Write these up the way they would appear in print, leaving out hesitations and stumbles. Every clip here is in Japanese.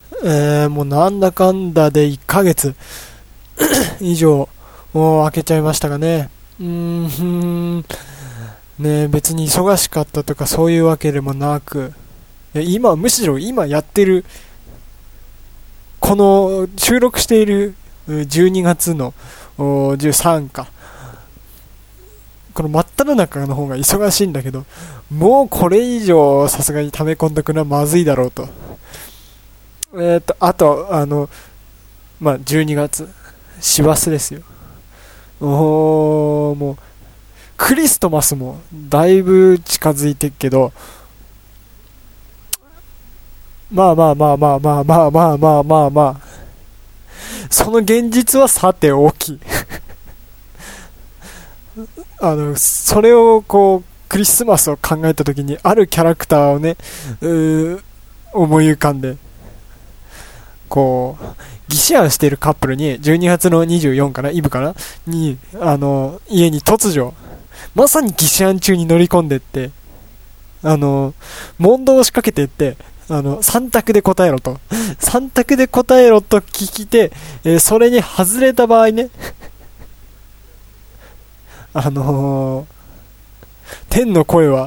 もうなんだかんだで1ヶ月以上もう空けちゃいましたかね。ね、別に忙しかったとかそういうわけでもなく、むしろ今やってる、この収録している12月の13か。この真っ只中の方が忙しいんだけど、もうこれ以上さすがに溜め込んどくのはまずいだろうと。あと、12月、師走ですよ。もう、クリストマスもだいぶ近づいてるけど、まあまあまあまあまあまあまあまあまあまあ、その現実はさておき、それをクリスマスを考えたときに、あるキャラクターをね、思い浮かんで、疑似案しているカップルに、12月の24かな、イブかなに、家に突如、まさに疑似案中に乗り込んでって、問答を仕掛けていって、3択で答えろと。3択で答えろと聞いて、それに外れた場合ね、天の声は、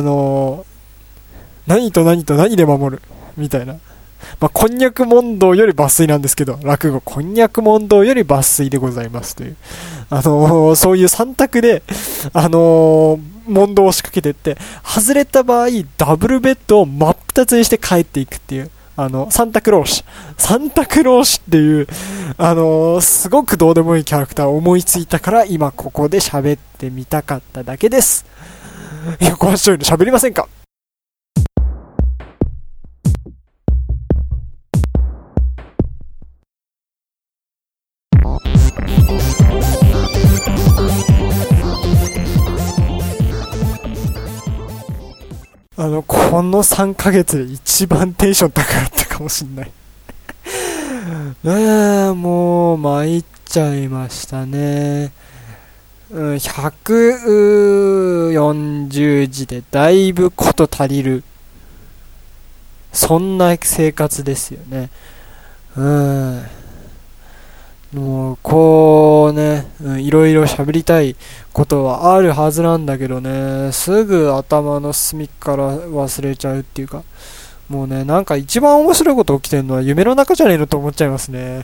何と何と何で守るみたいな。こんにゃく問答より抜粋なんですけど、落語、こんにゃく問答より抜粋でございますという。そういう3択で、問答を仕掛けていって、外れた場合、ダブルベッドを真っ二つにして帰っていくっていう。三択老子。三択老子っていう、すごくどうでもいいキャラクターを思いついたから、今ここで喋ってみたかっただけです。横橋醤油の喋りませんか？この3ヶ月で一番テンション高かったかもしんないもう参っちゃいましたね。140字でだいぶこと足りる。そんな生活ですよね。もういろいろ喋りたいことはあるはずなんだけどね、すぐ頭の隅から忘れちゃうっていうか、もうね、なんか一番面白いこと起きてるのは夢の中じゃねえのと思っちゃいますね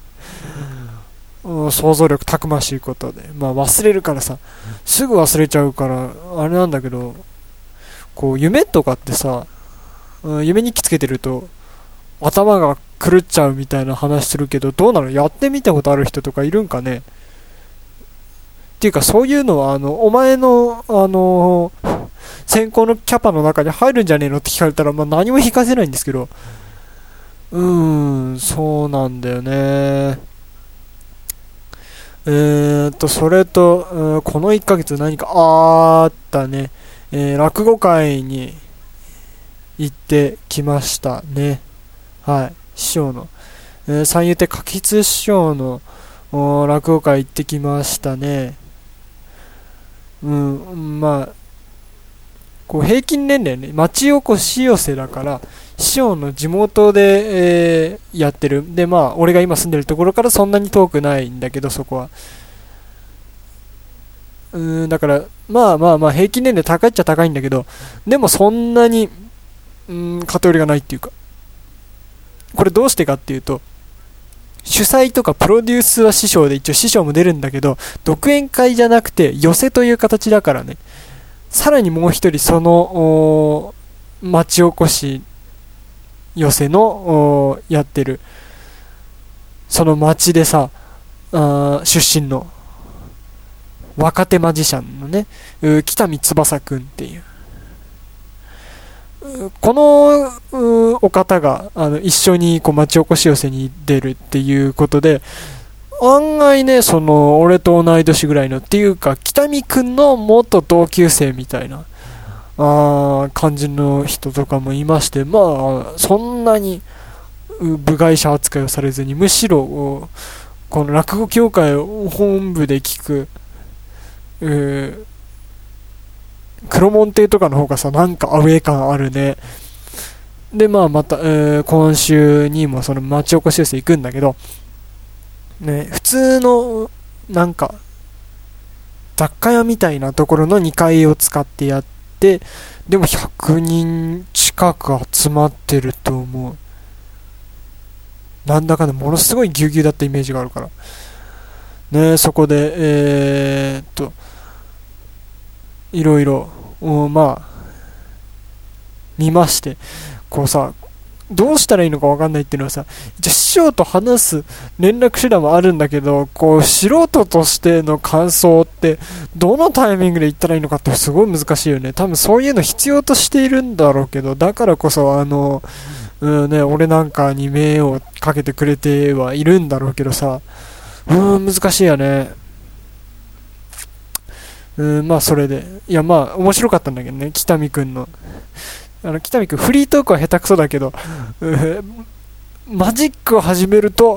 想像力たくましいことで、忘れるからさ、すぐ忘れちゃうからあれなんだけど、夢とかってさ、夢にきつけてると頭が狂っちゃうみたいな話するけど、どうなの？やってみたことある人とかいるんかね？っていうか、そういうのはお前の先行のキャパの中に入るんじゃねえのって聞かれたら、何も引かせないんですけど、そうなんだよね。それと、この1ヶ月何かあったね。落語会に行ってきましたね。はい。師匠の、三遊亭柿津師匠の落語会行ってきましたね。平均年齢ね、町おこし寄せだから、師匠の地元で、やってる。で、俺が今住んでるところからそんなに遠くないんだけど、そこは。だから、平均年齢高いっちゃ高いんだけど、でもそんなに、偏りがないっていうか。これどうしてかっていうと、主催とかプロデュースは師匠で、一応師匠も出るんだけど、独演会じゃなくて寄せという形だからね。さらにもう一人その町おこし寄せのやってるその町でさ、出身の若手マジシャンのね、北見翼くんっていう、このお方が一緒に町おこし寄せに出るっていうことで、案外ね、俺と同い年ぐらいのっていうか、北見くんの元同級生みたいな感じの人とかもいまして、そんなに部外者扱いをされずに、むしろこの落語協会を本部で聞く黒門亭とかの方がさ、なんかアウェー感あるね。 でまあまた、今週にもその町おこし寄せ行くんだけどね、普通のなんか雑貨屋みたいなところの2階を使ってやって、でも100人近く集まってると思う。なんだかんだものすごいぎゅうぎゅうだったイメージがあるからね。そこでいろいろまあ見まして、こうさ、どうしたらいいのか分かんないっていうのはさ、じゃあ師匠と話す連絡手段もあるんだけど、こう素人としての感想ってどのタイミングで言ったらいいのかってすごい難しいよね。多分そういうの必要としているんだろうけど、だからこそ俺なんかに目をかけてくれてはいるんだろうけどさ、難しいよね。まあそれで、いやまあ面白かったんだけどね、北見くんの。北見くんフリートークは下手くそだけど、マジックを始めると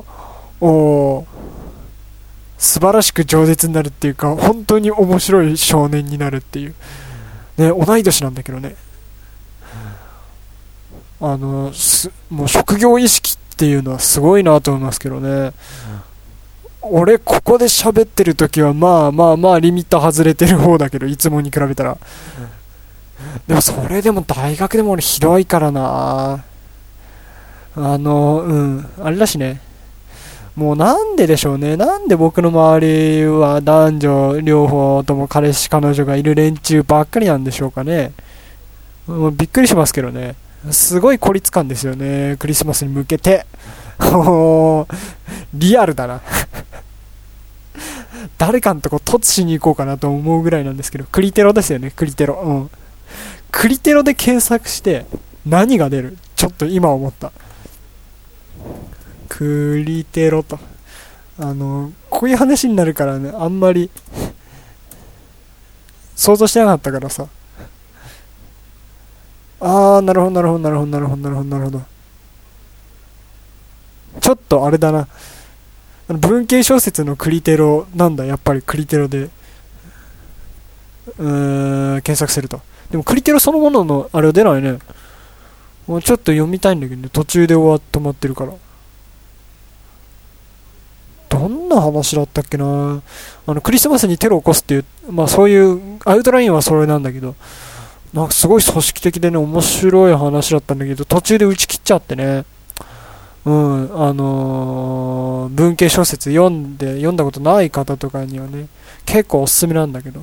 素晴らしく饒舌になるっていうか、本当に面白い少年になるっていうね。同い年なんだけどね、もう職業意識っていうのはすごいなと思いますけどね。俺ここで喋ってる時はまあリミット外れてる方だけど、いつもに比べたら。でもそれでも大学でも俺ひどいからな。あれだしね。もうなんででしょうね。なんで僕の周りは男女両方とも彼氏彼女がいる連中ばっかりなんでしょうかね。もうびっくりしますけどね。すごい孤立感ですよね。クリスマスに向けて。リアルだな。誰かのとこ突しに行こうかなと思うぐらいなんですけど、クリテロですよね、クリテロ。クリテロで検索して何が出る？ちょっと今思った。クリテロと。こういう話になるからね、あんまり想像してなかったからさ。なるほど。ちょっとあれだな。文系小説のクリテロなんだ、やっぱりクリテロで検索すると。でもクリテロそのもののあれは出ないね。もうちょっと読みたいんだけどね、途中で止まってるから。どんな話だったっけな。クリスマスにテロを起こすっていう、まあそういうアウトラインはそれなんだけど、なんかすごい組織的でね、面白い話だったんだけど、途中で打ち切っちゃってね。文系小説読んだことない方とかにはね、結構おすすめなんだけど、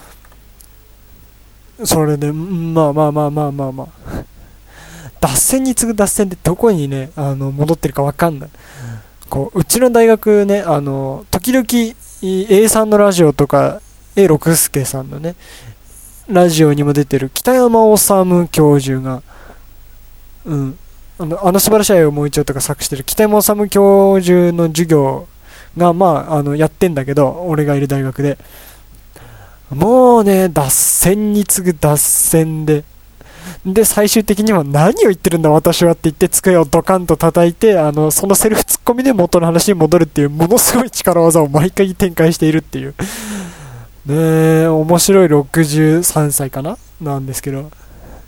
それで、まあ脱線に次ぐ脱線でどこにね、戻ってるかわかんない。うちの大学ね、時々 A さんのラジオとか A 六輔さんのねラジオにも出てる北山治教授が、素晴らしい愛をもう一度とか作してる北山治教授の授業がやってんだけど、俺がいる大学でもうね、脱線に次ぐ脱線で最終的には何を言ってるんだ私はって言って机をドカンと叩いて、そのセルフツッコミで元の話に戻るっていうものすごい力技を毎回展開しているっていうね。面白い63歳かななんですけど、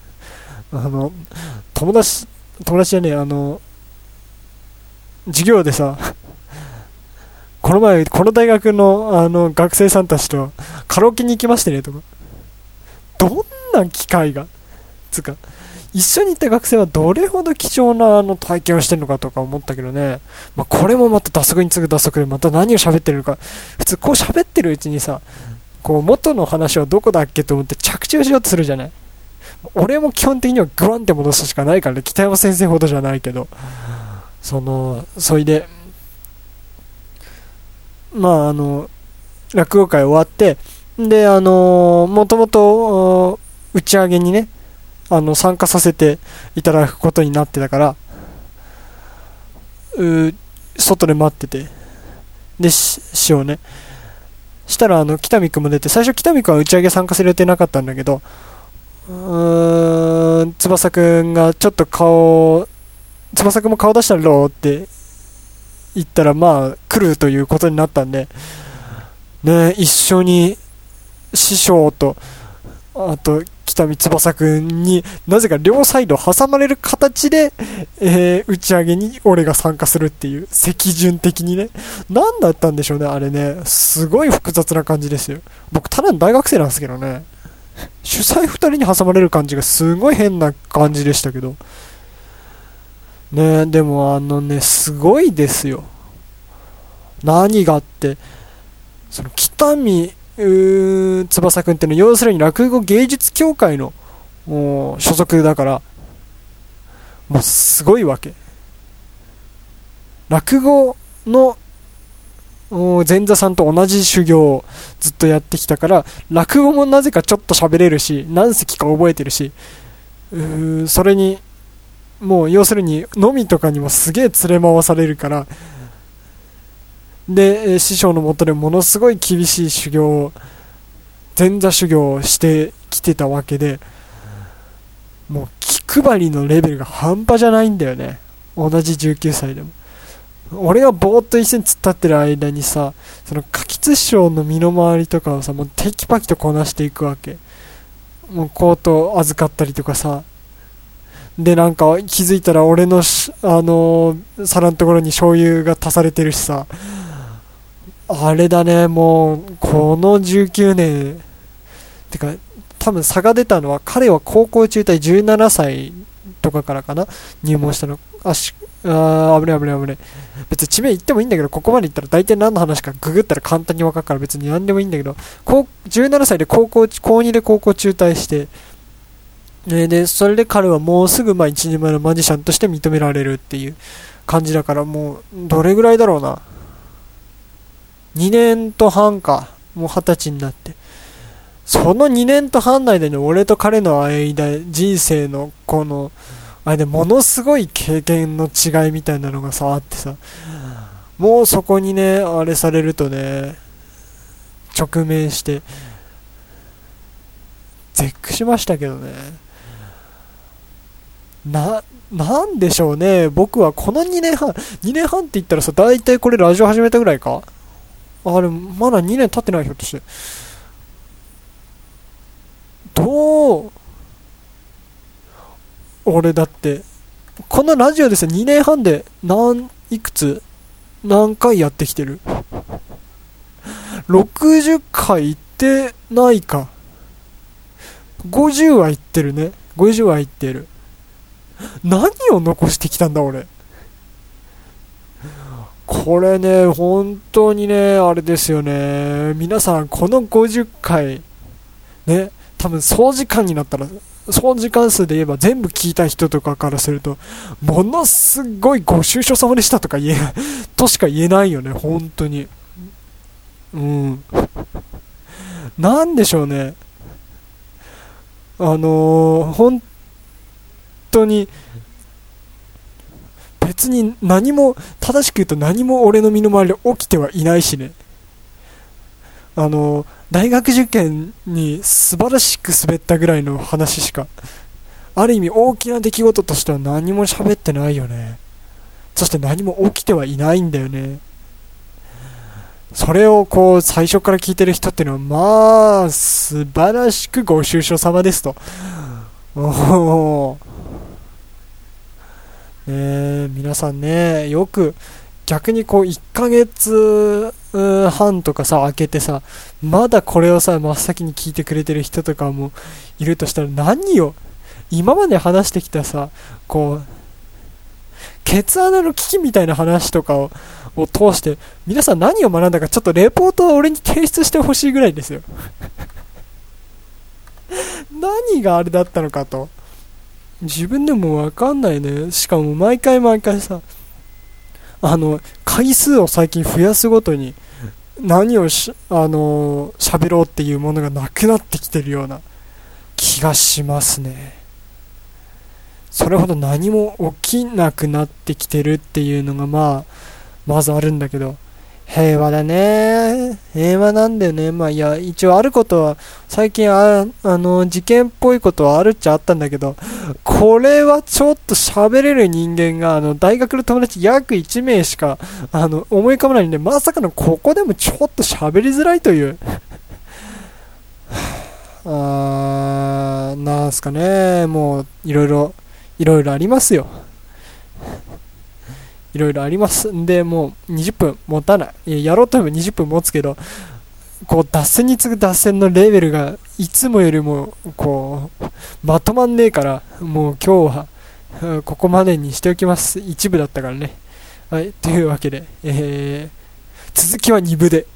友達はね、授業でさ、この前この大学の学生さんたちとカラオケに行きましてねとか、どんな機会がつか、一緒に行った学生はどれほど貴重な体験をしてるのかとか思ったけどね。これもまた打足に次ぐ打足で、また何を喋ってるのか。普通こう喋ってるうちにさ、元の話はどこだっけと思って着地をしようとするじゃない。俺も基本的にはグワンって戻すしかないからね。北山先生ほどじゃないけど、そいで落語会終わって、でもともと打ち上げにね参加させていただくことになってたから、外で待ってて、で師匠ね、したら北見くんも出て、最初北見くんは打ち上げ参加する予定なかったんだけど、翼くんがちょっと翼くんも顔出したらどうって言ったら、来るということになったんでね、一緒に師匠とあと北見翼くんになぜか両サイド挟まれる形で、打ち上げに俺が参加するっていう、席順的にね、何だったんでしょうね、あれね。すごい複雑な感じですよ。僕ただの大学生なんですけどね、主催2人に挟まれる感じがすごい変な感じでしたけどね。でもすごいですよ。何があって、その北見翼くんってのは要するに落語芸術協会の所属だから、もうすごいわけ。落語の前座さんと同じ修行をずっとやってきたから、落語もなぜかちょっと喋れるし、何席か覚えてるし、それにもう要するに飲みとかにもすげえ連れ回されるから、で師匠のもとでものすごい厳しい修行を、前座修行をしてきてたわけで、もう気配りのレベルが半端じゃないんだよね、同じ19歳でも。俺がぼーっと一緒に突っ立ってる間にさ、その柿津師匠の身の回りとかをさ、もうテキパキとこなしていくわけ。もうコート預かったりとかさ、でなんか気づいたら俺の皿のところに醤油が足されてるしさ、あれだね。もうこの19年てか、多分差が出たのは、彼は高校中退17歳とかからかな、入門したの。危ない危ない危ない。別に地名言ってもいいんだけど、ここまで言ったら大体何の話かググったら簡単に分かるから別に何でもいいんだけど、17歳で高2で高校中退して、でそれで彼はもうすぐ一人前のマジシャンとして認められるっていう感じだから、もうどれぐらいだろうな、2年と半か、もう20歳になって、その2年と半の間に俺と彼の間、人生のこのあれでものすごい経験の違いみたいなのがさあってさ、もうそこにねあれされるとね、直面して絶句しましたけどね。なんでしょうね。僕はこの2年半って言ったらさ、大体これラジオ始めたぐらいか、あれまだ2年経ってない、ひょっとして。俺だってこのラジオでさ、2年半で何回やってきてる、60回いってないか、50は言ってるね。50は言ってる。何を残してきたんだ俺。これね、本当にね、あれですよね。皆さん、この50回、ね、多分総時間になったら、総時間数で言えば全部聞いた人とかからすると、ものすごいご愁傷様でしたとか言えない、としか言えないよね、本当に。なんでしょうね。本当に、別に何も、正しく言うと何も俺の身の回りで起きてはいないしね。大学受験に素晴らしく滑ったぐらいの話しか、ある意味大きな出来事としては何も喋ってないよね。そして何も起きてはいないんだよね。それをこう最初から聞いてる人っていうのは、まあ素晴らしくご愁傷様ですと。皆さんね、よく逆にこう1ヶ月半とかさ空けてさ、まだこれをさ真っ先に聞いてくれてる人とかもいるとしたら、何を今まで話してきたさ、こうケツ穴の危機みたいな話とかを通して皆さん何を学んだか、ちょっとレポートを俺に提出してほしいぐらいですよ。何があれだったのかと自分でも分かんないね。しかも毎回さ、回数を最近増やすごとに何を喋ろうっていうものがなくなってきてるような気がしますね。それほど何も起きなくなってきてるっていうのがまずあるんだけど、平和だね。平和なんだよね。いや、一応あることは最近事件っぽいことはあるっちゃあったんだけど、これはちょっと喋れる人間が大学の友達約1名しか思い浮かばないんで、まさかのここでもちょっと喋りづらいというなんすかね、もういろいろありますよ。いろいろありますんで、もう20分持たない。やろうと思えば20分持つけど、こう脱線に次ぐ脱線のレベルがいつもよりもこうまとまんねえから、もう今日はここまでにしておきます。一部だったからね。はい、というわけで、続きは2部で。